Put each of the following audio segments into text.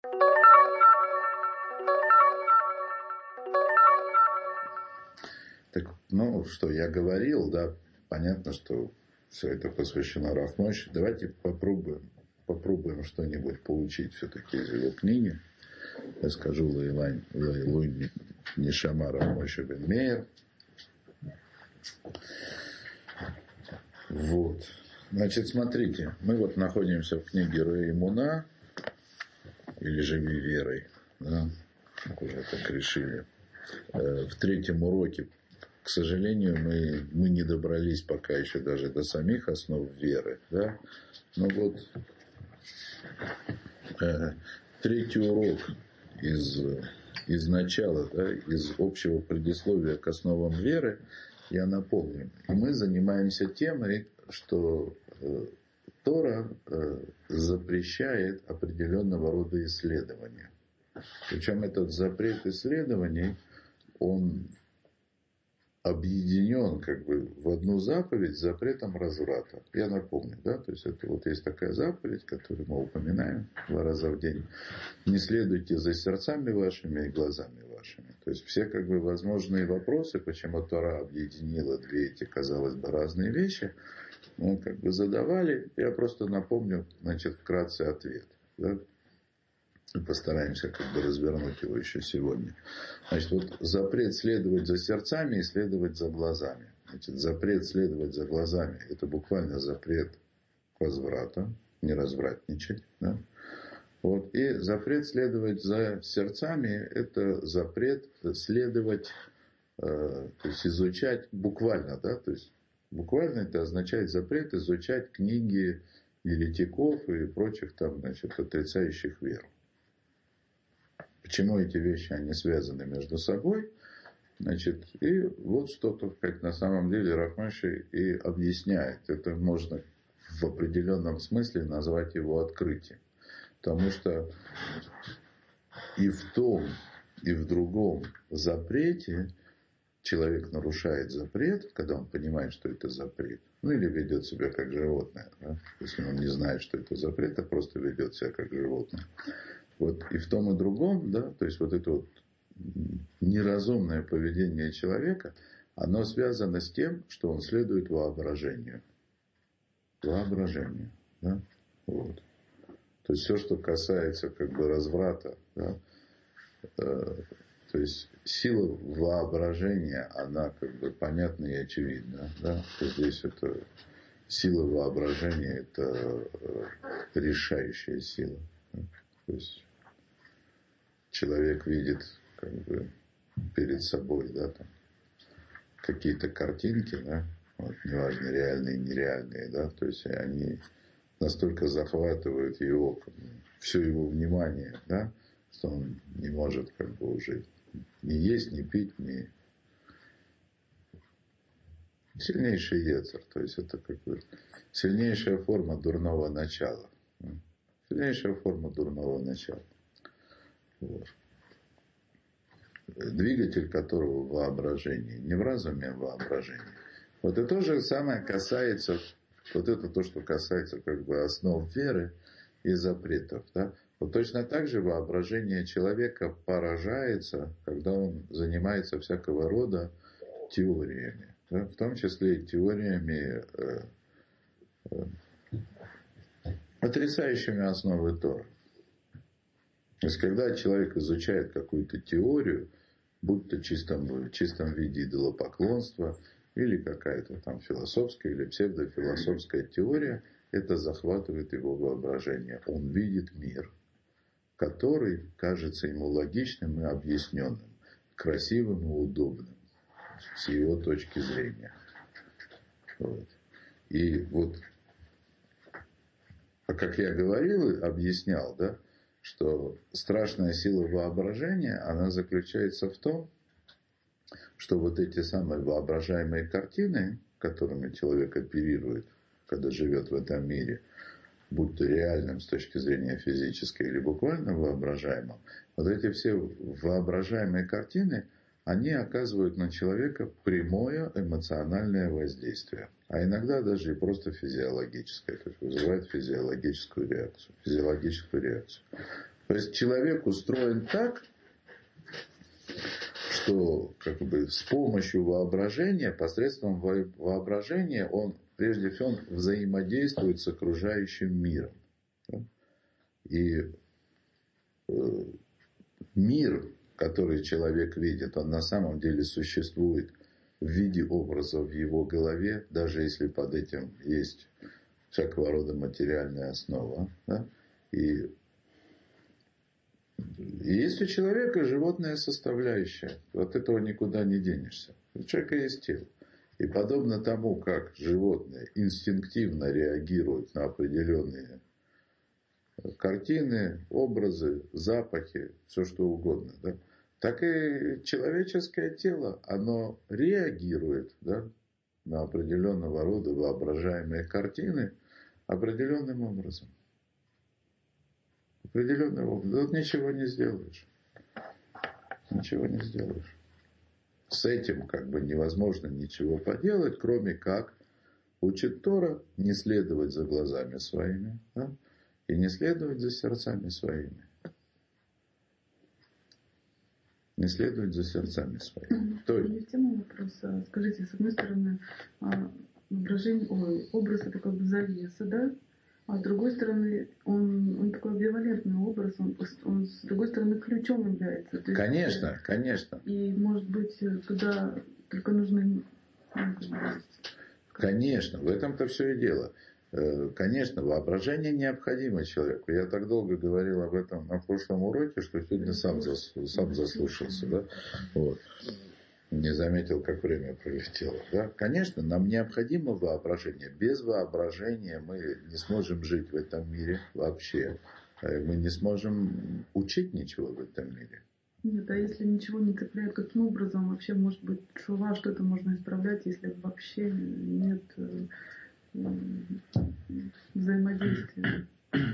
Так, ну, что я говорил, да, понятно, что все это посвящено Рав Мойше. Давайте попробуем что-нибудь получить все-таки из его книги. Я скажу Лайлуй Нишама Рав Мойше бен Меир. Вот. Значит, смотрите, мы вот находимся в книге Роэ Эмуна, или «Живи верой», да, уже так решили. В третьем уроке, к сожалению, мы не добрались пока еще даже до самих основ веры, да. Но вот третий урок из начала, да, из общего предисловия к основам веры, я напомню. И мы занимаемся темой, что Тора запрещает определенного рода исследования. Причем этот запрет исследований, он объединен как бы в одну заповедь с запретом разврата. Я напомню, да, то есть это вот есть такая заповедь, которую мы упоминаем 2 раза в день. Не следуйте за сердцами вашими и глазами вашими. То есть все как бы возможные вопросы, почему Тора объединила две эти, казалось бы, разные вещи, мы как бы задавали. Я просто напомню, значит, вкратце ответ, да? И постараемся как бы развернуть его еще сегодня. Значит, вот запрет следовать за сердцами и следовать за глазами. Значит, запрет следовать за глазами – это буквально запрет разврата, не развратничать. Да? Вот. И запрет следовать за сердцами – это запрет следовать, то есть изучать буквально, да, то есть буквально это означает запрет изучать книги еретиков и прочих там, значит, отрицающих веру. Почему эти вещи, они связаны между собой? Значит, и вот что-то, как на самом деле Рав Мойше и объясняет. Это можно в определенном смысле назвать его открытием. Потому что и в том, и в другом запрете человек нарушает запрет, когда он понимает, что это запрет. Ну или ведет себя как животное. Да? Если он не знает, что это запрет, а просто ведет себя как животное. Вот и в том, и другом, да, то есть вот это вот неразумное поведение человека, оно связано с тем, что он следует воображению. Воображению, да, вот. То есть все, что касается как бы разврата, да, то есть сила воображения, она как бы понятна и очевидна, да, что здесь это сила воображения, это решающая сила. Да? То есть человек видит как бы перед собой, да, там, какие-то картинки, да, вот, неважно, реальные, нереальные, да, то есть они настолько захватывают его, все его внимание, да, что он не может как бы уже ни есть, ни пить, ни... Сильнейший йецер, то есть это как бы сильнейшая форма дурного начала. Сильнейшая форма дурного начала. Вот. Двигатель которого воображение, не в разуме, а в воображении. Вот и то же самое касается, вот это то, что касается как бы основ веры и запретов. Да? Вот точно так же воображение человека поражается, когда он занимается всякого рода теориями. Да? В том числе и теориями, отрицающими основы Торы. То есть, когда человек изучает какую-то теорию, будь то в чистом виде идолопоклонства, или какая-то там философская или псевдофилософская теория, это захватывает его воображение. Он видит мир, который кажется ему логичным и объясненным, красивым и удобным с его точки зрения. Вот. И вот, как я говорил, объяснял, да, что страшная сила воображения, она заключается в том, что вот эти самые воображаемые картины, которыми человек оперирует, когда живет в этом мире, будь то реальным с точки зрения физической или буквально воображаемым, вот эти все воображаемые картины, они оказывают на человека прямое эмоциональное воздействие. А иногда даже и просто физиологическое, то есть вызывает физиологическую реакцию. То есть человек устроен так, что как бы с помощью воображения, посредством воображения он прежде всего взаимодействует с окружающим миром. Да? И мир, который человек видит, он на самом деле существует в виде образа в его голове, даже если под этим есть всякого рода материальная основа. Да? И есть у человека животная составляющая. От этого никуда не денешься. У человека есть тело. И подобно тому, как животные инстинктивно реагируют на определенные картины, образы, запахи, все что угодно, да, так и человеческое тело, оно реагирует, да, на определенного рода воображаемые картины определенным образом. Определенным образом. Тут ничего не сделаешь. Ничего не сделаешь. С этим как бы невозможно ничего поделать, кроме как учит Тора не следовать за глазами своими, да, и не следовать за сердцами своими. Не следовать за сердцами своими. То есть... Тема вопроса. Скажите, с одной стороны, образ это как бы завеса, да? А с другой стороны, он такой амбивалентный образ, он с другой стороны ключом является. То есть, конечно, конечно. И может быть, туда только нужно... Конечно, в этом-то все и дело. Конечно, воображение необходимо человеку. Я так долго говорил об этом на прошлом уроке, что сегодня сам заслушался. Да? Вот. Не заметил, как время пролетело. Да? Конечно, нам необходимо воображение. Без воображения мы не сможем жить в этом мире вообще. Мы не сможем учить ничего в этом мире. Нет, а если ничего не цепляет, каким образом вообще, может быть, слова, что это можно исправлять, если вообще нет взаимодействия?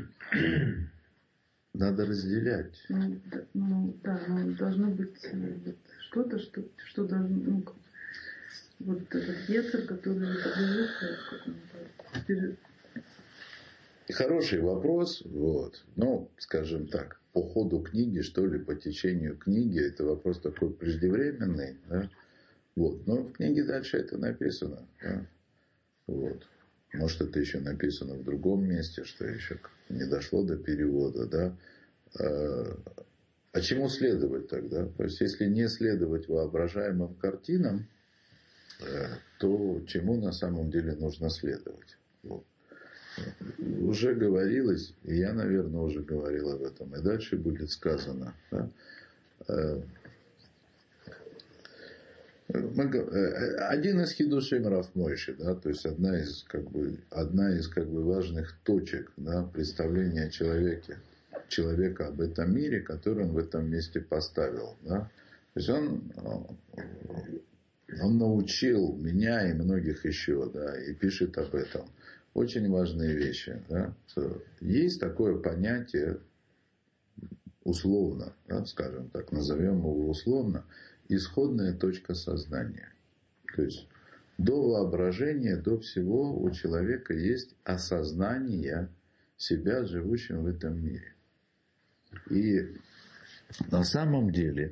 Надо разделять. Но должно быть что-то, что должно, вот этот ецер, который подлежит Хороший вопрос, вот. Ну, скажем так, по ходу книги, что ли, по течению книги, это вопрос такой преждевременный, да? Вот. Но в книге дальше это написано, да? Вот. Может, это еще написано в другом месте, что еще не дошло до перевода, да? А чему следовать тогда? То есть, если не следовать воображаемым картинам, то чему на самом деле нужно следовать? Вот. Уже говорилось, и я, наверное, уже говорил об этом, и дальше будет сказано. Да? Один из хидушим Рав Мойши, да, то есть одна из важных точек, да, представления человека об этом мире, который он в этом месте поставил. Да. То есть он научил меня и многих еще, да, и пишет об этом. Очень важные вещи. Да. Есть такое понятие условно, да, скажем так, назовем его условно, исходная точка сознания. То есть до воображения, до всего у человека есть осознание себя, живущим в этом мире. И на самом деле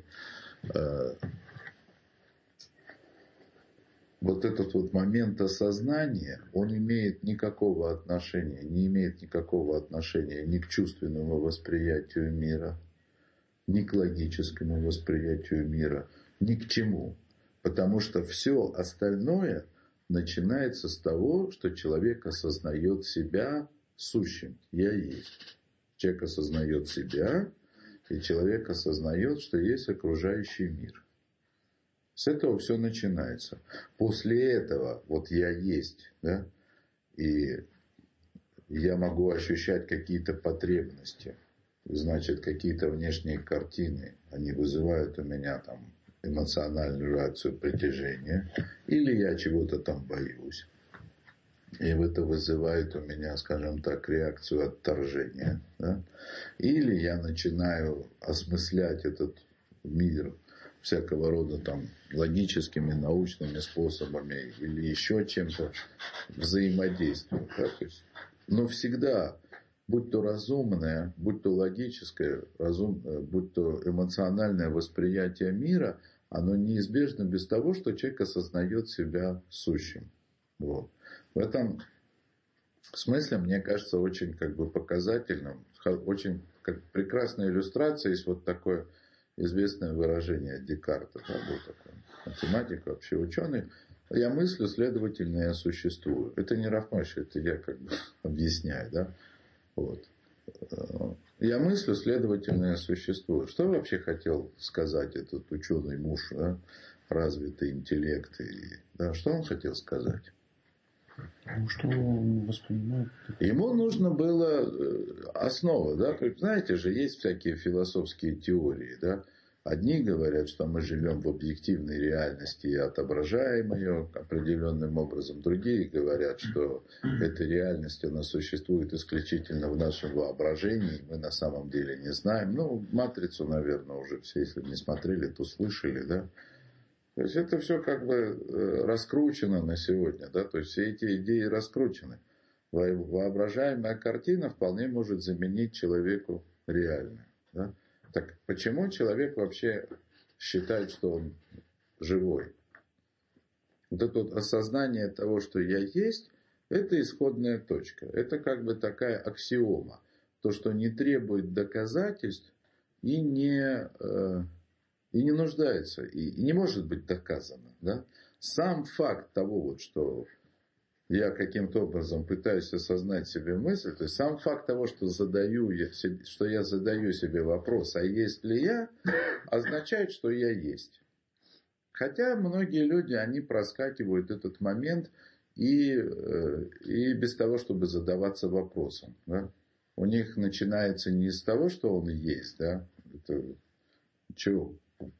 вот этот вот момент осознания, он не имеет никакого отношения ни к чувственному восприятию мира, ни к логическому восприятию мира, ни к чему. Потому что все остальное начинается с того, что человек осознает себя сущим. Я есть. Человек осознает себя, и человек осознает, что есть окружающий мир. С этого все начинается. После этого вот я есть, да, и я могу ощущать какие-то потребности. Значит, какие-то внешние картины, они вызывают у меня там эмоциональную реакцию притяжения. Или я чего-то там боюсь. И это вызывает у меня, скажем так, реакцию отторжения. Да? Или я начинаю осмыслять этот мир всякого рода там логическими, научными способами или еще чем-то взаимодействию. Да? То есть, но всегда будь то разумное, будь то логическое, будь то эмоциональное восприятие мира, оно неизбежно без того, что человек осознает себя сущим. Вот. В этом смысле, мне кажется, очень показательным, очень прекрасная иллюстрация. Есть вот такое известное выражение Декарта, да, был такой математик, вообще ученый. Я мыслю, следовательно, я существую. Это не Рав Моше, это я объясняю, да. Вот. Я мыслю, следовательно, я существую. Что вообще хотел сказать этот ученый муж, да? Развитый интеллект? Да, что он хотел сказать? Что он воспринимает? Ему нужно было основа, да, знаете же, есть всякие философские теории, да. Одни говорят, что мы живем в объективной реальности и отображаем ее определенным образом. Другие говорят, что эта реальность, она существует исключительно в нашем воображении. Мы на самом деле не знаем. Ну, «Матрицу», наверное, уже все, если не смотрели, то слышали, да. То есть это все раскручено на сегодня, да, то есть все эти идеи раскручены. Воображаемая картина вполне может заменить человеку реальную, да. Так почему человек вообще считает, что он живой? Вот это вот осознание того, что я есть, это исходная точка. Это такая аксиома. То, что не требует доказательств и не нуждается, и не может быть доказано. Да? Сам факт того, что я каким-то образом пытаюсь осознать себе мысль, то есть сам факт того, что я задаю себе вопрос, а есть ли я, означает, что я есть. Хотя многие люди, они проскакивают этот момент и без того, чтобы задаваться вопросом. Да? У них начинается не из того, что он есть, да, это чего?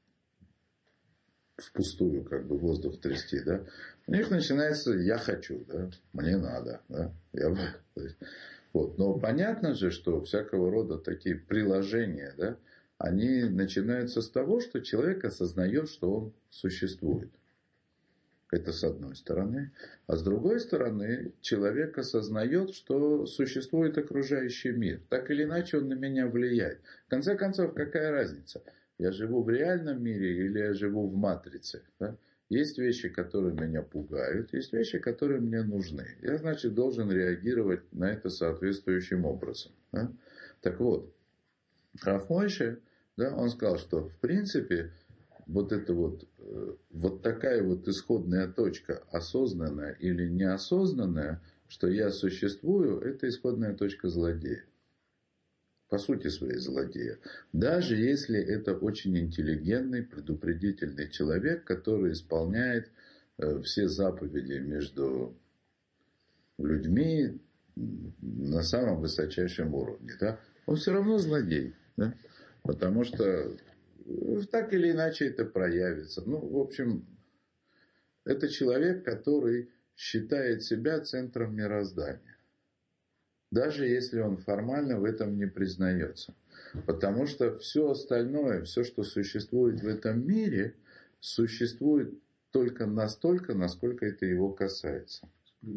Впустую воздух трясти, да. У них начинается «я хочу», да, «мне надо», да, вот. Но понятно же, что всякого рода такие приложения, да, они начинаются с того, что человек осознает, что он существует. Это с одной стороны. А с другой стороны, человек осознает, что существует окружающий мир. Так или иначе он на меня влияет. В конце концов, какая разница? Я живу в реальном мире или я живу в матрице? Да? Есть вещи, которые меня пугают, есть вещи, которые мне нужны. Я, значит, должен реагировать на это соответствующим образом. Да? Так вот, Рав Моше, да, он сказал, что в принципе вот это вот такая вот исходная точка, осознанная или неосознанная, что я существую, это исходная точка злодея. По сути своей злодея. Даже если это очень интеллигентный, предупредительный человек, который исполняет все заповеди между людьми на самом высочайшем уровне. Да? Он все равно злодей. Да? Потому что так или иначе это проявится. Ну, в общем, это человек, который считает себя центром мироздания. Даже если он формально в этом не признается. Потому что все остальное, все, что существует в этом мире, существует только настолько, насколько это его касается.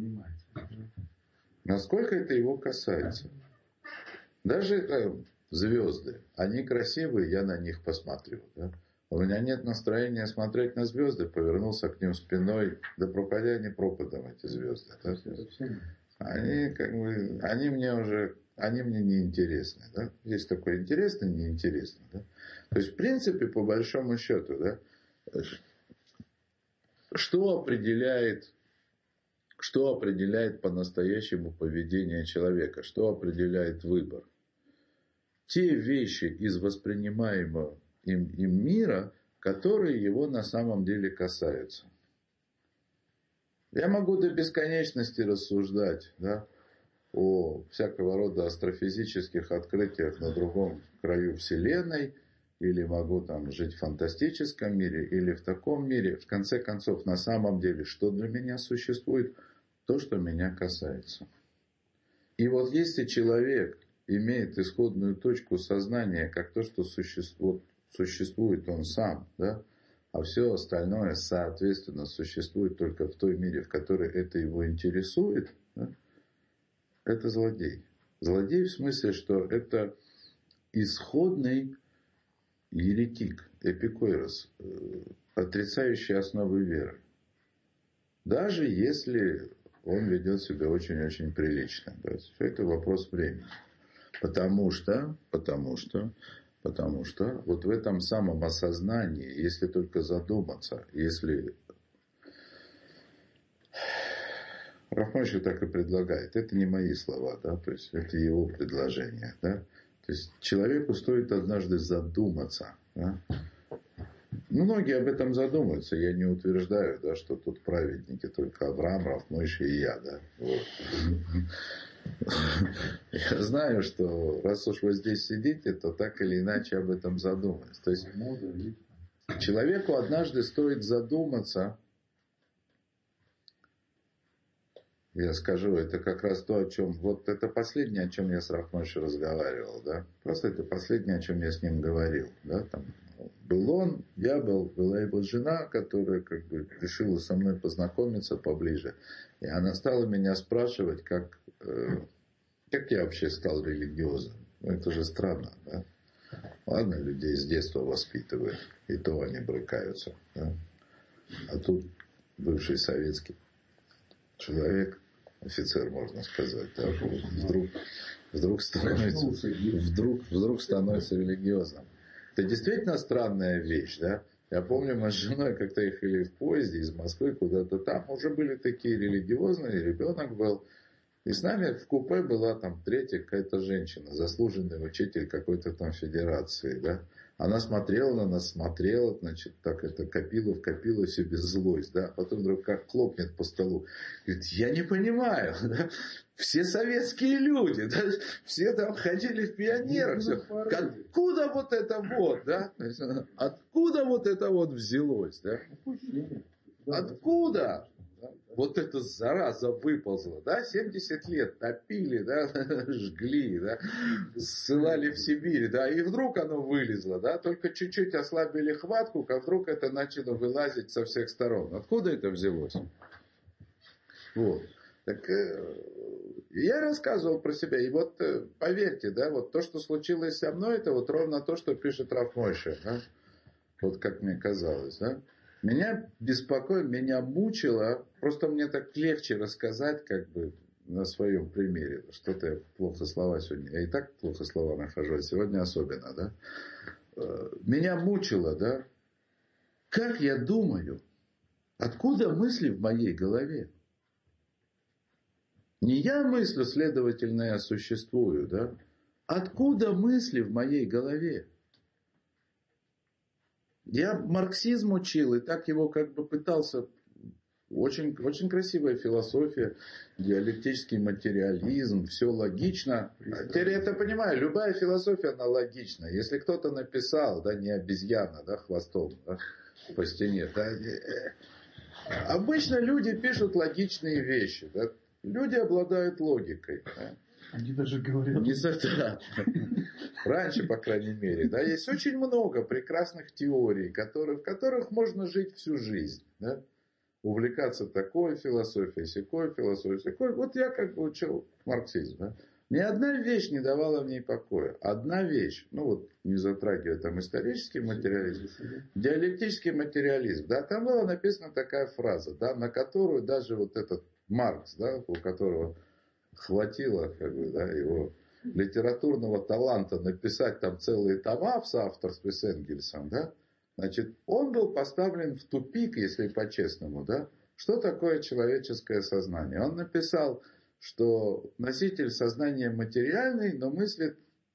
Насколько это его касается. Даже звезды, они красивые, я на них посмотрю. Да? У меня нет настроения смотреть на звезды, повернулся к ним спиной, да пропадя они пропадом, эти звезды. Да? Они мне не интересны. Да? Есть такое интересно и неинтересно. Да? То есть, в принципе, по большому счету, да, что определяет по-настоящему поведение человека? Что определяет выбор? Те вещи из воспринимаемого им мира, которые его на самом деле касаются. Я могу до бесконечности рассуждать, да, о всякого рода астрофизических открытиях на другом краю Вселенной, или могу там жить в фантастическом мире, или в таком мире. В конце концов, на самом деле, что для меня существует? То, что меня касается. И вот если человек имеет исходную точку сознания, как то, что существует он сам, да, а все остальное, соответственно, существует только в той мере, в которой это его интересует, да, это злодей. Злодей в смысле, что это исходный еретик, эпикурос, отрицающий основы веры. Даже если он ведет себя очень-очень прилично. То есть это вопрос времени. Потому что вот в этом самом осознании, если только задуматься, если Рав Моше так и предлагает, это не мои слова, да, то есть это его предложение, да. То есть человеку стоит однажды задуматься, да. Многие об этом задумаются. Я не утверждаю, да, что тут праведники только Авраам, Рав Моше и я. Да? Вот. Я знаю, что раз уж вы здесь сидите, то так или иначе об этом задумались. То есть человеку однажды стоит задуматься. Я скажу, это как раз то, о чем... Вот это последнее, о чем я с Рав Моше разговаривал. Да? Просто это последнее, о чем я с ним говорил. Да? Там был он, я был, была его жена, которая как бы решила со мной познакомиться поближе. И она стала меня спрашивать, как я вообще стал религиозным. Ну, это же странно, да? Ладно, людей с детства воспитывают, и то они брыкаются. Да? А тут бывший советский человек, офицер, можно сказать, да, вдруг становится религиозным. Это действительно странная вещь, да? Я помню, мы с женой как-то ехали в поезде из Москвы куда-то там. Уже были такие религиозные, ребенок был. И с нами в купе была там третья какая-то женщина, заслуженный учитель какой-то там федерации, да? Она смотрела на нас, значит, так это копила себе злость, да? Потом вдруг как хлопнет по столу. Говорит, я не понимаю, да? Все советские люди, да? Все там ходили в пионерах, все. Откуда вот это вот, да? Откуда вот это вот взялось, да? Откуда? Вот эта зараза выползла, да, 70 лет топили, да, жгли, да, ссылали в Сибирь, да, и вдруг оно вылезло, да, только чуть-чуть ослабили хватку, а вдруг это начало вылазить со всех сторон. Откуда это взялось? Вот. Так я рассказывал про себя, и вот поверьте, да, вот то, что случилось со мной, это вот ровно то, что пишет Рав Моше, да, вот как мне казалось, да. Меня беспокоило, меня мучило, просто мне так легче рассказать, как бы, на своем примере. Что-то я плохо слова сегодня, я и так плохо слова нахожу, а сегодня особенно, да. Меня мучило, да, как я думаю, откуда мысли в моей голове? Не я мыслю, следовательно, я существую, да. Откуда мысли в моей голове? Я марксизм учил, и так его как бы пытался. Очень, очень красивая философия, диалектический материализм, все логично. Теперь я это понимаю, любая философия, она логична. Если кто-то написал, да, не обезьяна, да, хвостом, да, по стене, да, обычно люди пишут логичные вещи, да. Люди обладают логикой. Да. Они даже говорят. Не за да. Раньше, по крайней мере. Да, есть очень много прекрасных теорий, в которых можно жить всю жизнь. Да? Увлекаться такой философией, сякой философией, сякой. Вот я как бы учил марксизм. Да? Ни одна вещь не давала мне покоя. Одна вещь. Ну вот, не затрагивая там исторический материализм. Диалектический материализм. Да, там была написана такая фраза, да, на которую даже вот этот Маркс, да, у которого хватило как бы, да, его литературного таланта написать там целые тома в соавторстве с Энгельсом, да, значит, он был поставлен в тупик, если по-честному, да, что такое человеческое сознание. Он написал, что носитель сознания материальный, но мыслит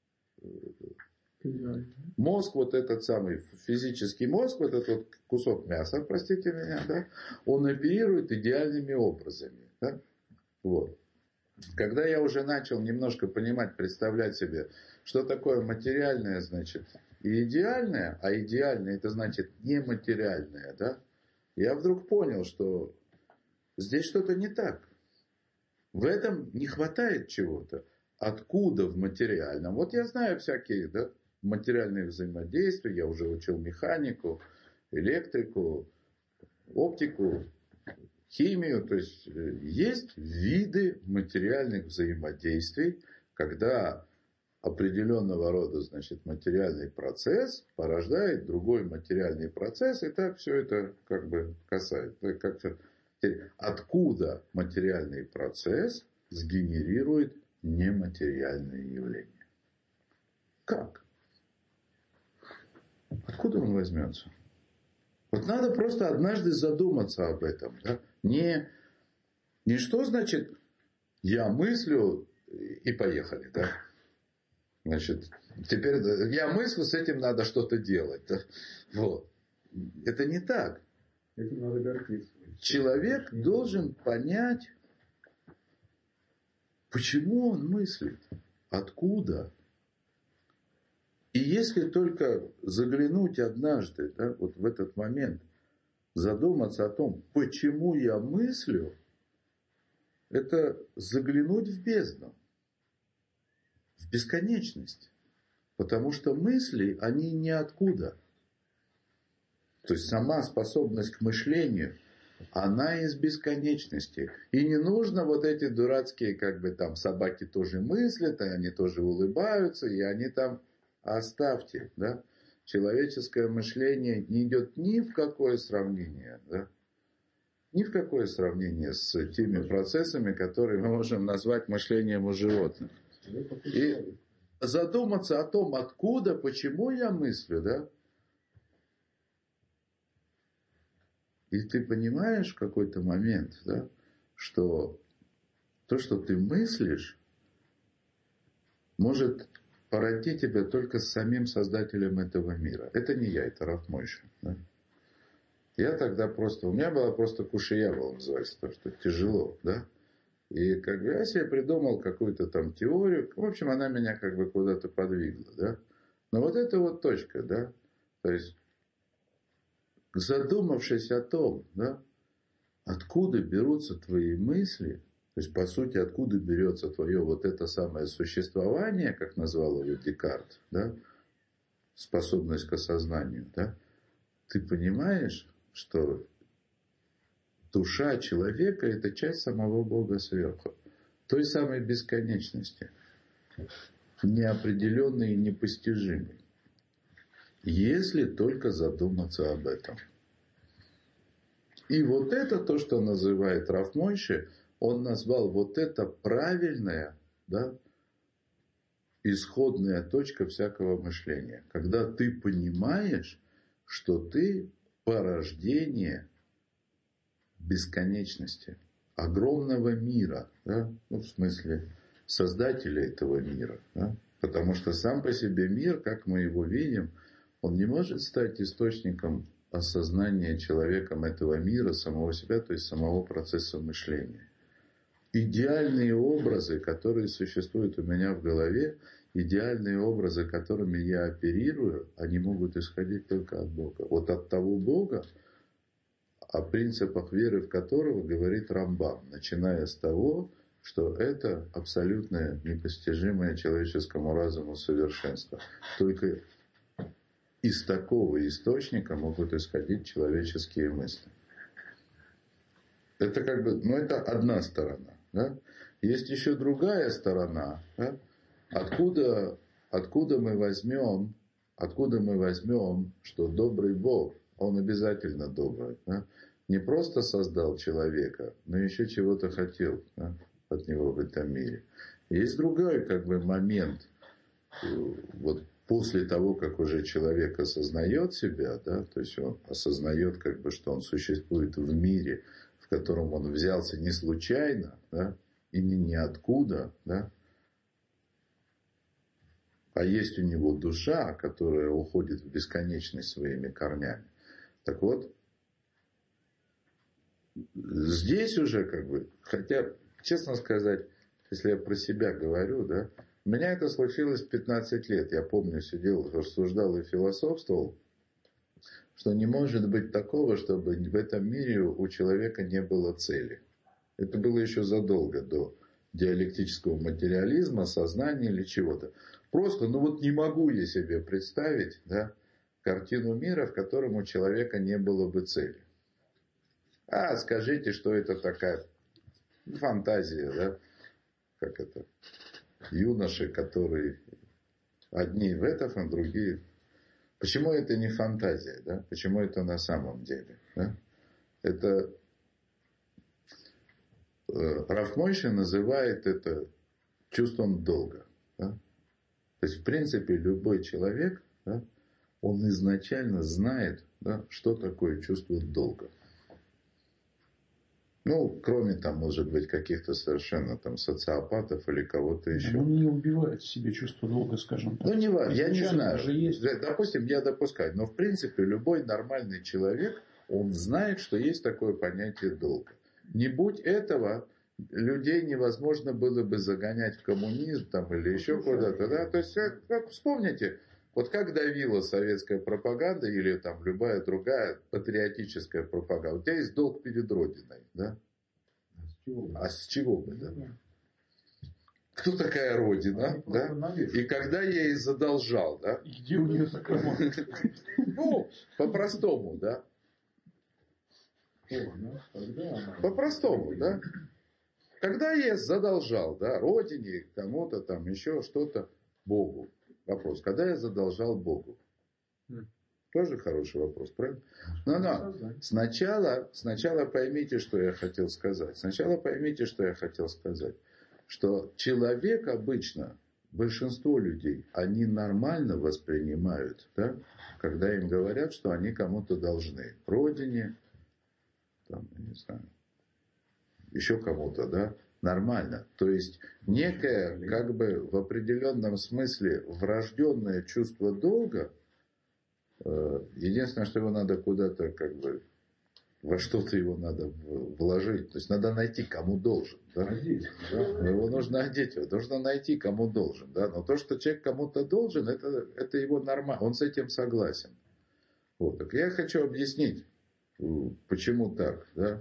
мозг, вот этот самый физический мозг, вот этот вот кусок мяса, простите меня, да, он оперирует идеальными образами, да, вот. Когда я уже начал немножко понимать, представлять себе, что такое материальное, значит, и идеальное, а идеальное это значит нематериальное, да, я вдруг понял, что здесь что-то не так. В этом не хватает чего-то. Откуда в материальном? Вот я знаю всякие, да, материальные взаимодействия, я уже учил механику, электрику, оптику, химию, то есть виды материальных взаимодействий, когда определенного рода, значит, материальный процесс порождает другой материальный процесс, и так все это как бы касается. Как-то, откуда материальный процесс сгенерирует нематериальное явление? Как? Откуда он возьмется? Вот надо просто однажды задуматься об этом. Да? Не что значит я мыслю и поехали. Да? Значит, теперь я мыслю, с этим надо что-то делать. Да? Вот. Это не так. Этим надо гордиться. Человек должен понять, почему он мыслит, откуда. И если только заглянуть однажды, да, вот в этот момент, задуматься о том, почему я мыслю, это заглянуть в бездну, в бесконечность. Потому что мысли, они ниоткуда. То есть сама способность к мышлению, она из бесконечности. И не нужно вот эти дурацкие, как бы там собаки тоже мыслят, и они тоже улыбаются, и они там... Оставьте, да? Человеческое мышление не идет ни в какое сравнение, да? Ни в какое сравнение с теми процессами, которые мы можем назвать мышлением у животных. И задуматься о том, откуда, почему я мыслю, да? И ты понимаешь в какой-то момент, да, что то, что ты мыслишь, может породить тебя только с самим создателем этого мира. Это не я, это Рав Мойше. Да? Я тогда просто... У меня была просто кушия, называется, то, что тяжело. Да? И как бы я себе придумал какую-то там теорию. В общем, она меня как бы куда-то подвигла. Да? Но вот это вот точка. Да? То есть, задумавшись о том, да, откуда берутся твои мысли... То есть, по сути, откуда берется твое вот это самое существование, как назвал его Декарт, да? Способность к осознанию, да? Ты понимаешь, что душа человека – это часть самого Бога сверху, той самой бесконечности, неопределенной и непостижимой, если только задуматься об этом. И вот это то, что называет Рав Мойше, он назвал вот это правильная, да, исходная точка всякого мышления. Когда ты понимаешь, что ты порождение бесконечности, огромного мира, да, ну, в смысле создателя этого мира. Да, потому что сам по себе мир, как мы его видим, он не может стать источником осознания человеком этого мира, самого себя, то есть самого процесса мышления. Идеальные образы, которые существуют у меня в голове, идеальные образы, которыми я оперирую, они могут исходить только от Бога. Вот от того Бога, о принципах веры в которого говорит Рамбам, начиная с того, что это абсолютное непостижимое человеческому разуму совершенство. Только из такого источника могут исходить человеческие мысли. Это как бы, ну это одна сторона. Да? Есть еще другая сторона. Да? Откуда мы возьмем, что добрый Бог, Он обязательно добрый. Да? Не просто создал человека, но еще чего-то хотел, да, от него в этом мире. Есть другой как бы момент. Вот после того, как уже человек осознает себя, да, то есть он осознает, как бы, что он существует в мире, в котором он взялся не случайно, да, и не ниоткуда, да, а есть у него душа, которая уходит в бесконечность своими корнями. Так вот, здесь уже как бы, хотя, честно сказать, если я про себя говорю, да, у меня это случилось в 15 лет. Я помню, сидел, рассуждал и философствовал, что не может быть такого, чтобы в этом мире у человека не было цели. Это было еще задолго до диалектического материализма, сознания или чего-то. Просто, ну вот не могу я себе представить, да, картину мира, в котором у человека не было бы цели. А скажите, что это такая фантазия, да? Как это? юноши, которые одни в этом, другие. Почему это не фантазия? Да? Почему это на самом деле? Да? Это Рав Мойше называет это чувством долга. Да? То есть, в принципе, любой человек, да, он изначально знает, да, что такое чувство долга. Ну, кроме там, может быть, каких-то совершенно там социопатов или кого-то еще. Он не убивает в себе чувство долга, скажем так. Ну, не важно, я не знаю. Же есть. Допустим, я допускаю. Но, в принципе, любой нормальный человек, он знает, что есть такое понятие долга. Не будь этого, людей невозможно было бы загонять в коммунизм там, или еще куда-то. Да? То есть, как вспомните, вот как давила советская пропаганда или там любая другая патриотическая пропаганда. У тебя есть долг перед Родиной. Да? А с чего бы? Да? Кто такая Родина? Да? И когда я ей задолжал? Да? И где у нее закрома? Ну, по-простому, да? По-простому, да? Когда я задолжал, да, Родине, кому-то там, еще что-то, Богу. Вопрос. Когда я задолжал Богу? Тоже хороший вопрос, правильно? Но сначала поймите, что я хотел сказать. Что человек обычно, большинство людей, они нормально воспринимают, да, когда им говорят, что они кому-то должны. Родине, там, я не знаю, еще кому-то, да, нормально. То есть некое, как бы в определенном смысле врожденное чувство долга, единственное, что его надо куда-то, как бы, во что-то его надо вложить. То есть надо найти, кому должен. Да? Его нужно одеть, нужно найти, кому должен. Да? Но то, что человек кому-то должен, это его нормально. Он с этим согласен. Вот. Так я хочу объяснить, почему так. Да?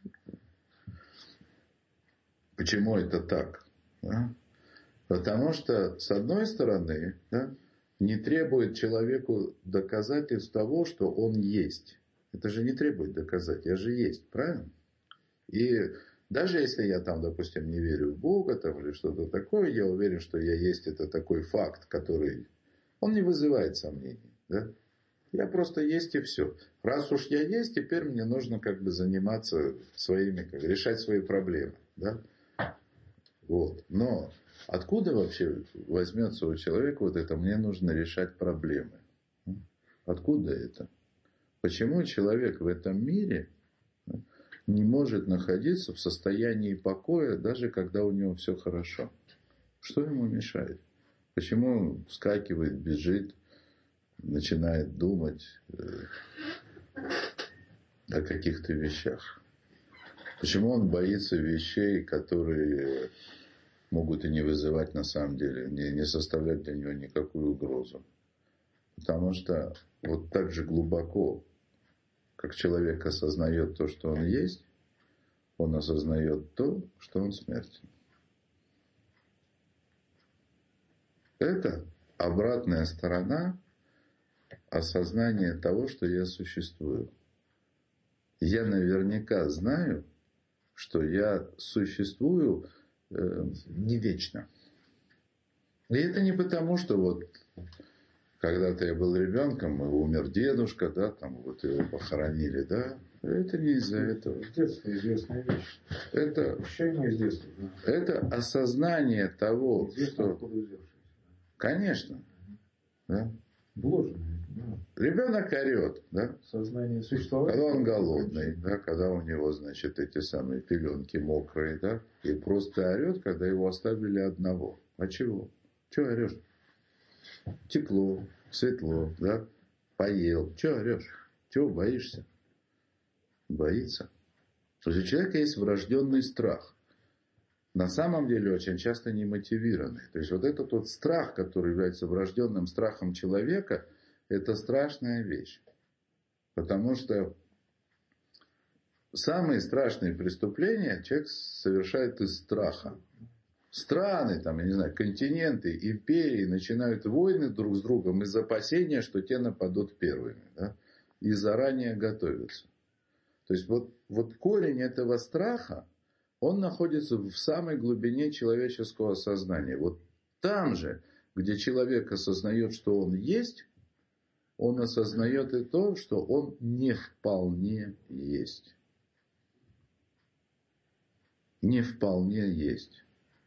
Почему это так? Да? Потому что, с одной стороны, да, не требует человеку доказательств того, что он есть. Это же не требует доказать. Я же есть, правильно? И даже если я там, допустим, не верю в Бога там, или что-то такое, я уверен, что я есть, это такой факт, который... Он не вызывает сомнений. Да? Я просто есть и все. Раз уж я есть, теперь мне нужно как бы заниматься своими, решать свои проблемы. Да? Вот. Но откуда вообще возьмется у человека вот это «мне нужно решать проблемы»? Откуда это? Почему человек в этом мире не может находиться в состоянии покоя, даже когда у него все хорошо? Что ему мешает? Почему он вскакивает, бежит, начинает думать о каких-то вещах? Почему он боится вещей, которые могут и не вызывать на самом деле, не составлять для него никакую угрозу? Потому что вот так же глубоко, как человек осознает то, что он есть, он осознает то, что он смертен. Это обратная сторона осознания того, что я существую. Я наверняка знаю, что я существую не вечно. И это не потому, что вот когда-то я был ребенком, и умер дедушка, да, там вот его похоронили, да. Это не из-за этого. В детстве известная вещь. Это Ощущение из детства. Да. Это осознание того, Известно, что... откуда взявшееся. Конечно. Да? Вложенное. Да. Ребенок орет, да? Сознание существования. Когда он голодный, да, когда у него, значит, эти самые пеленки мокрые, да, и просто орет, когда его оставили одного. А чего? Чего орешь? Тепло, светло, да, поел. Чего орешь? Чего боишься? Боится. То есть у человека есть врожденный страх. На самом деле очень часто немотивированный. То есть вот этот вот страх, который является врожденным страхом человека, это страшная вещь. Потому что самые страшные преступления человек совершает из страха. Страны, там, я не знаю, континенты, империи начинают войны друг с другом из опасения, что те нападут первыми. Да? И заранее готовятся. То есть вот корень этого страха, он находится в самой глубине человеческого сознания. Вот там же, где человек осознает, что он есть, он осознает и то, что он не вполне есть. Не вполне есть.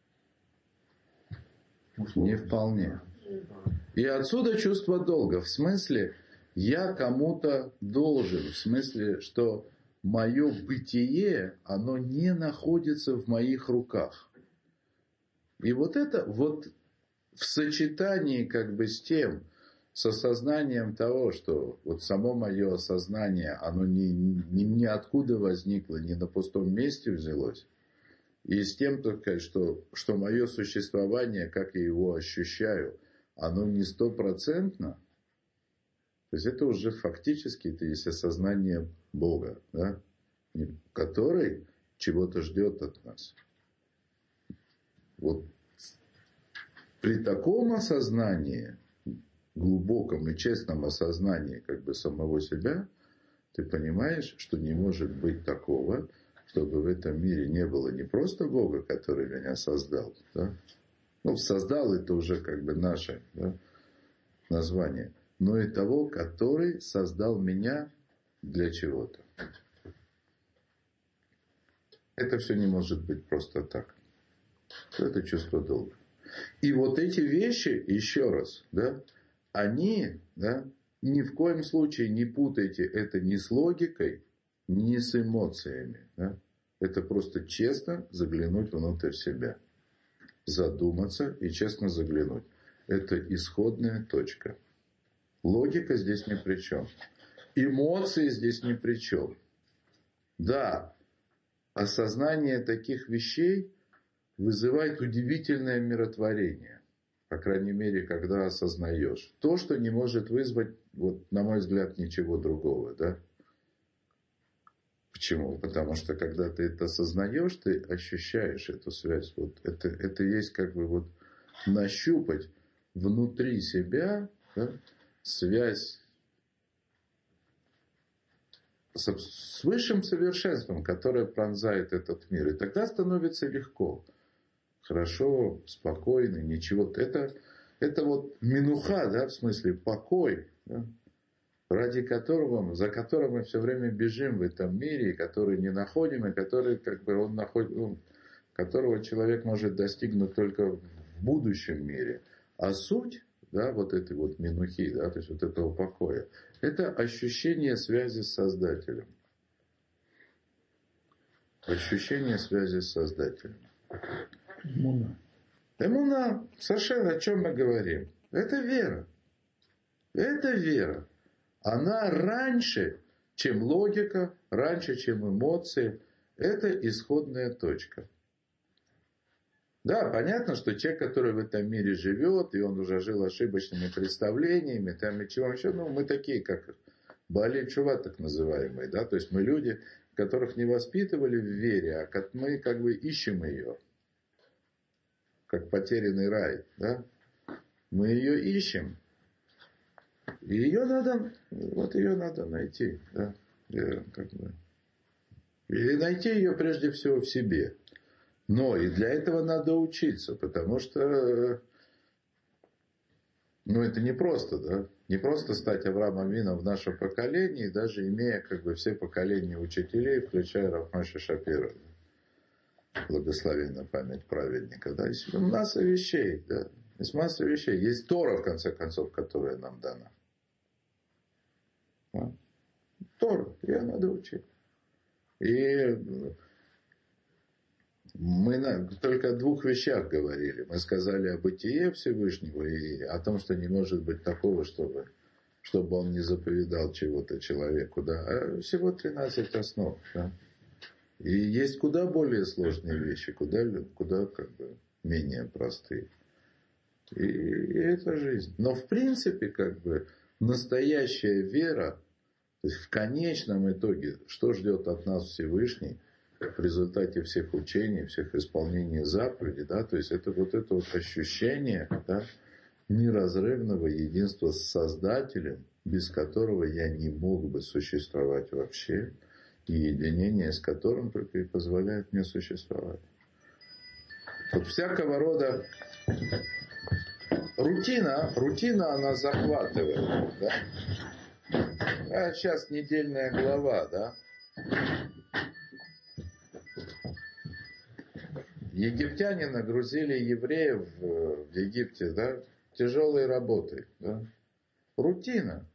Не вполне. И отсюда чувство долга. В смысле, я кому-то должен. В смысле, что мое бытие, оно не находится в моих руках. И вот это вот в сочетании как бы с тем, с осознанием того, что вот само мое осознание, оно ниоткуда возникло, не на пустом месте взялось. И с тем только, что мое существование, как я его ощущаю, оно не стопроцентно. То есть это уже фактически это есть осознание Бога, да? Который чего-то ждет от нас. Вот при таком осознании, глубоком и честном осознании как бы самого себя, ты понимаешь, что не может быть такого, чтобы в этом мире не было не просто Бога, который меня создал, да? Ну, создал это уже как бы наше, да, название, но и того, который создал меня для чего-то. Это все не может быть просто так. Это чувство долга. И вот эти вещи, еще раз, да, они, да, ни в коем случае не путайте это ни с логикой, ни с эмоциями. Да. Это просто честно заглянуть внутрь себя. Задуматься и честно заглянуть. Это исходная точка. Логика здесь ни при чем. Эмоции здесь ни при чем. Да, осознание таких вещей вызывает удивительное миротворение. По крайней мере, когда осознаешь. То, что не может вызвать, вот, на мой взгляд, ничего другого. Да? Почему? Потому что когда ты это осознаешь, ты ощущаешь эту связь. Вот это есть как бы вот нащупать внутри себя, да, связь с высшим совершенством, которое пронзает этот мир. И тогда становится легко. Хорошо, спокойно, ничего. Это вот минуха, да, в смысле покой, да, ради которого, за которым мы все время бежим в этом мире, и который не находим, и который, как бы, он находит, которого человек может достигнуть только в будущем мире. А суть, да, вот этой вот минухи, да, то есть вот этого покоя, это ощущение связи с Создателем. Ощущение связи с Создателем. Эмуна. Эмуна, совершенно о чем мы говорим? Это вера. Это вера. Она раньше, чем логика, раньше, чем эмоции. Это исходная точка. Да, понятно, что человек, который в этом мире живет, и он уже жил ошибочными представлениями, там и чего еще, ну, мы такие, как Баалей Тшува, так называемые, да, то есть мы люди, которых не воспитывали в вере, а мы как бы ищем ее, как потерянный рай, да, мы ее ищем, и ее надо найти, да, как бы. И найти ее прежде всего в себе. Но и для этого надо учиться, потому что, ну, это не просто, да, не просто стать Авраамом Авину в нашем поколении, даже имея как бы все поколения учителей, включая Рав Моше Шапира, да, благословенна память праведника, да, есть масса вещей, да, есть масса вещей, есть Тора, в конце концов, которая нам дана. Да? Тора, ее надо учить. И мы только о двух вещах говорили. Мы сказали о бытие Всевышнего и о том, что не может быть такого, чтобы он не заповедал чего-то человеку. Да? А всего 13 основ. Да? И есть куда более сложные вещи, куда как бы менее простые. И это жизнь. Но в принципе, как бы, настоящая вера, то есть в конечном итоге, что ждет от нас Всевышний, в результате всех учений, всех исполнений заповедей, да, то есть это вот ощущение, да, неразрывного единства с Создателем, без которого я не мог бы существовать вообще, и единение с которым только и позволяет мне существовать. Вот всякого рода рутина она захватывает. Да? А сейчас недельная глава, да? Египтяне нагрузили евреев в Египте, да, тяжелой работой, да? Рутина.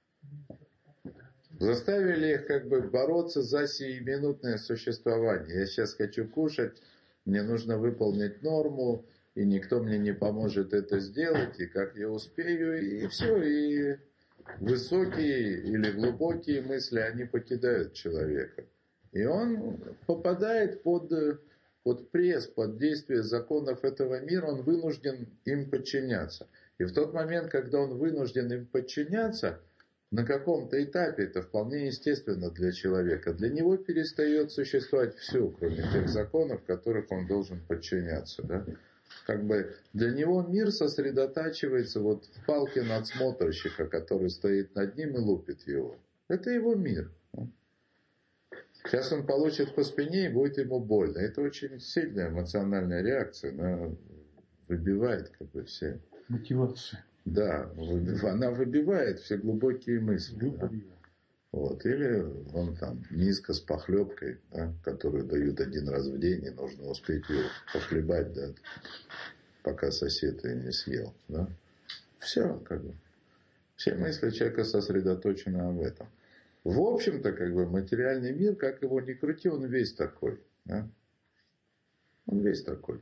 Заставили их как бы бороться за сиюминутное существование. Я сейчас хочу кушать, мне нужно выполнить норму, и никто мне не поможет это сделать, и как я успею, и все, и высокие или глубокие мысли, они покидают человека. И он попадает под пресс, под действие законов этого мира, он вынужден им подчиняться. И в тот момент, когда он вынужден им подчиняться, на каком-то этапе это вполне естественно для человека. Для него перестает существовать все, кроме тех законов, которых он должен подчиняться. Да? Как бы для него мир сосредотачивается вот в палке надсмотрщика, который стоит над ним и лупит его. Это его мир. Сейчас он получит по спине и будет ему больно. Это очень сильная эмоциональная реакция. Она выбивает как бы все. Мотивация. Да, она выбивает все глубокие мысли. Да. Вот. Или он там миска с похлебкой, да, которую дают один раз в день, и нужно успеть ее похлебать, да, пока сосед ее не съел. Да. Все, как бы. Все мысли человека сосредоточены об этом. В общем-то, как бы материальный мир, как его ни крути, он весь такой. Да. Он весь такой.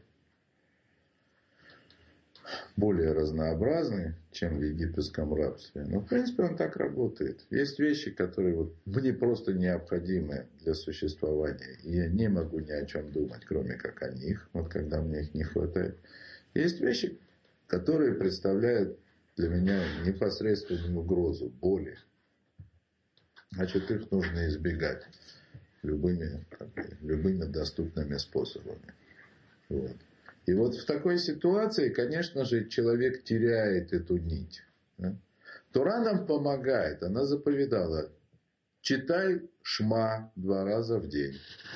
Более разнообразный, чем в египетском рабстве. Но, в принципе, он так работает. Есть вещи, которые вот мне просто необходимы для существования. И я не могу ни о чем думать, кроме как о них, вот когда мне их не хватает. Есть вещи, которые представляют для меня непосредственную угрозу, боли. Значит, их нужно избегать любыми доступными способами. Вот. И вот в такой ситуации, конечно же, человек теряет эту нить. Да? Тора нам помогает. Она заповедала: читай Шма 2 раза в день.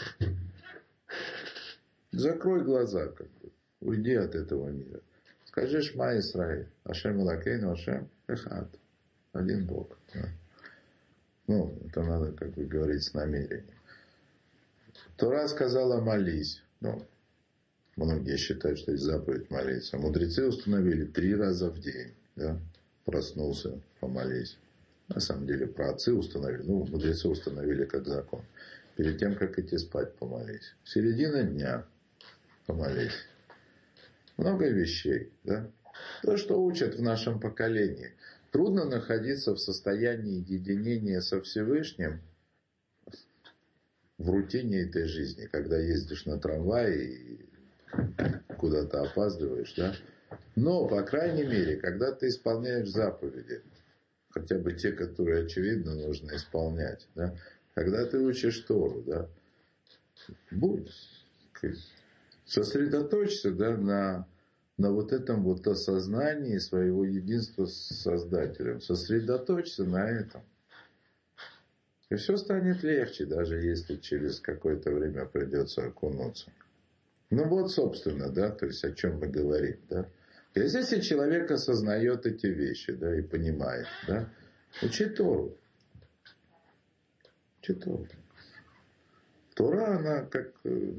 Закрой глаза, как бы. Уйди от этого мира. Скажи Шма Исраэль. Ашем Элокейну, Ашем Эхад. Один Бог. Да? Ну, это надо, как бы, говорить с намерением. Тора сказала: молись. Ну, многие считают, что есть заповедь молиться. Мудрецы установили 3 раза в день. Да? Проснулся, помолись. На самом деле праотцы установили. Ну, мудрецы установили как закон. Перед тем, как идти спать, помолись. Середина дня помолись. Много вещей. Да? То, что учат в нашем поколении. Трудно находиться в состоянии единения со Всевышним в рутине этой жизни. Когда ездишь на трамвае и куда-то опаздываешь, да? Но, по крайней мере, когда ты исполняешь заповеди, хотя бы те, которые, очевидно, нужно исполнять, да? Когда ты учишь Тору, да? Будь, сосредоточься, да, на вот этом вот осознании своего единства с Создателем. Сосредоточься на этом. И все станет легче, даже если через какое-то время придется окунуться. Ну вот, собственно, да, то есть о чем мы говорим, да. То есть если человек осознает эти вещи, да, и понимает, да, учи Тору. Учи Тору. Тора, она как,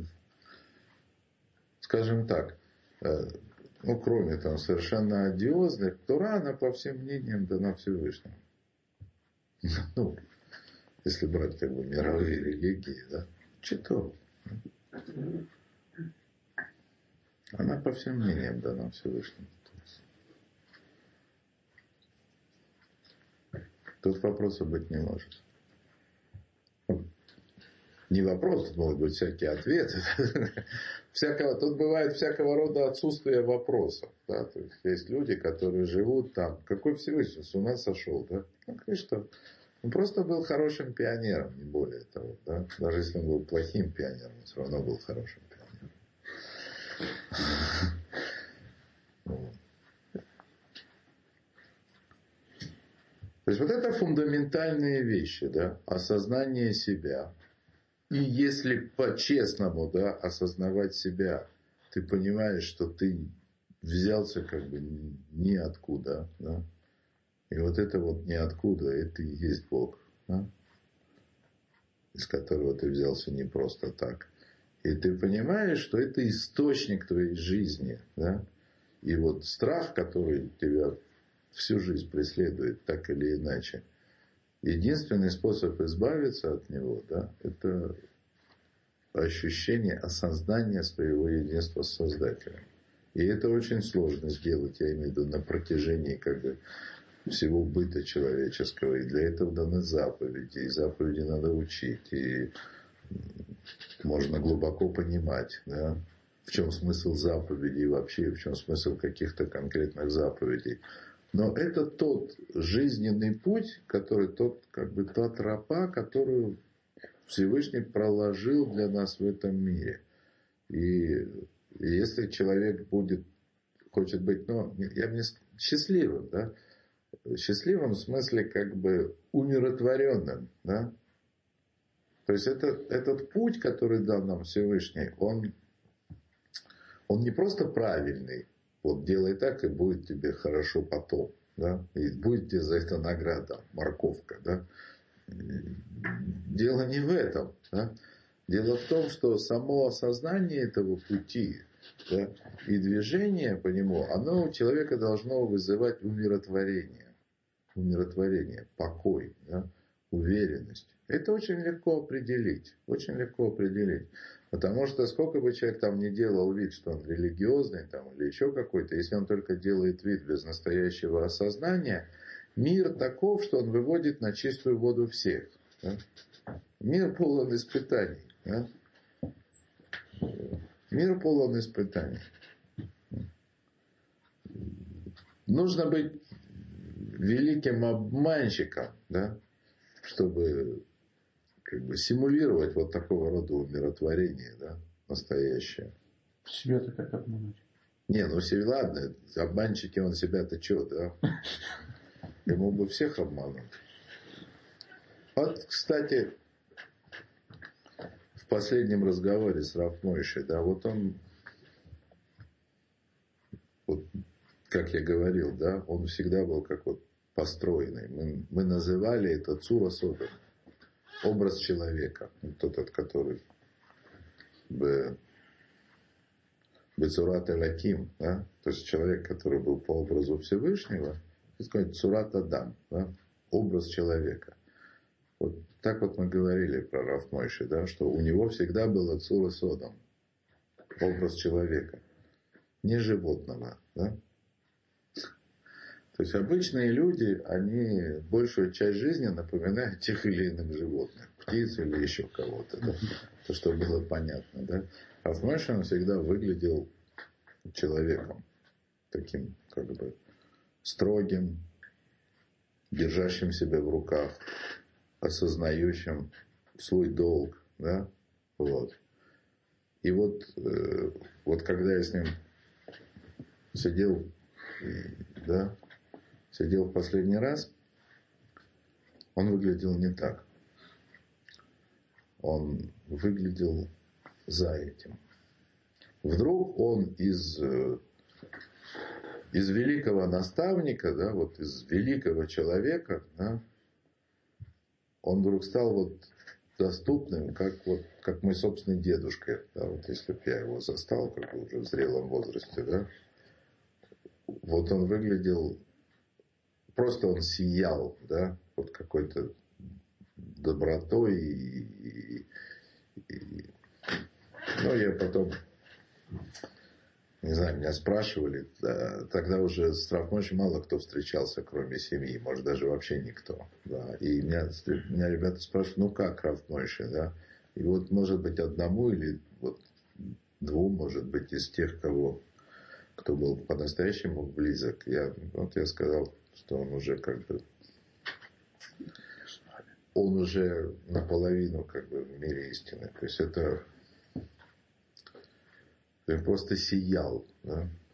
скажем так, ну, кроме там совершенно одиозных, Тора, она по всем мнениям дана Всевышнему. Ну, если брать как бы мировые религии, да, учи Тору. Она по всем мнениям дана Всевышнему. Тут вопроса быть не может. Не вопрос, тут могут быть всякие ответы. Тут бывает всякого рода отсутствие вопросов. Да? То есть люди, которые живут там. Какой Всевышний? С ума сошел. Да? Ну, и что? Он просто был хорошим пионером, не более того. Да? Даже если он был плохим пионером, он все равно был хорошим пионером. То есть вот это фундаментальные вещи, да? Осознание себя, И если по-честному, да, осознавать себя, ты понимаешь, что ты взялся как бы ниоткуда, да? И вот это вот ниоткуда, это и есть Бог, да? Из которого ты взялся не просто так. И ты понимаешь, что это источник твоей жизни, да? И вот страх, который тебя всю жизнь преследует, так или иначе, единственный способ избавиться от него, да, это ощущение осознания своего единства с Создателем. И это очень сложно сделать, я имею в виду, на протяжении как бы всего быта человеческого. И для этого даны заповеди. И заповеди надо учить. И можно глубоко понимать, да, в чем смысл заповедей и вообще в чем смысл каких-то конкретных заповедей. Но это тот жизненный путь, который как бы та тропа, которую Всевышний проложил для нас в этом мире. И если человек хочет быть, я бы не счастливым, да, счастливым в смысле как бы умиротворенным, да. То есть этот путь, который дал нам Всевышний, он не просто правильный. Вот делай так, и будет тебе хорошо потом. Да? И будет тебе за это награда, морковка. Да? Дело не в этом. Да? Дело в том, что само осознание этого пути, да, и движение по нему, оно у человека должно вызывать умиротворение. Умиротворение, покой, да? Уверенность. Это очень легко определить. Очень легко определить. Потому что сколько бы человек там ни делал вид, что он религиозный там, или еще какой-то, если он только делает вид без настоящего осознания, мир таков, что он выводит на чистую воду всех. Да? Мир полон испытаний. Да? Мир полон испытаний. Нужно быть великим обманщиком, да? Чтобы как бы симулировать вот такого рода умиротворение, да, настоящее. Себя-то как обмануть? Не, ладно, обманщики, он себя-то что, да? Ему бы всех обмануть. Вот, кстати, в последнем разговоре с Рав Мойшей, да, вот он, вот, как я говорил, да, он всегда был как вот построенный. Мы называли это Цура Содом. Образ человека, тот, который Бецурат Элаким, да? То есть человек, который был по образу Всевышнего, так сказать, Цурат Адам, да? Образ человека. Вот так вот мы говорили про Рав Мойши, да? Что у него всегда было Цура Содом, образ человека, не животного. Да? То есть обычные люди, они большую часть жизни напоминают тех или иных животных, птиц или еще кого-то, да? То, что было понятно. Да? Рав Мойши, он всегда выглядел человеком, таким как бы строгим, держащим себя в руках, осознающим свой долг. Да? Вот. И вот когда я с ним сидел, да, сидел в последний раз, он выглядел не так. Он выглядел за этим. Вдруг он из великого наставника, да, вот из великого человека, да, он вдруг стал вот доступным, как мой собственный дедушка. Да, вот если бы я его застал, как бы уже в зрелом возрасте, да, вот он выглядел, просто он сиял, да, вот какой-то добротой ну, я потом, не знаю, меня спрашивали, да, тогда уже с Рав Мойшей мало кто встречался, кроме семьи, может, даже вообще никто, да, и меня ребята спрашивают, ну, как Рав Мойши, да, и вот, может быть, одному или вот двум, может быть, из тех, кто был по-настоящему близок, я сказал, что он уже как бы, он уже наполовину как бы в мире истины. То есть это просто сиял. Да?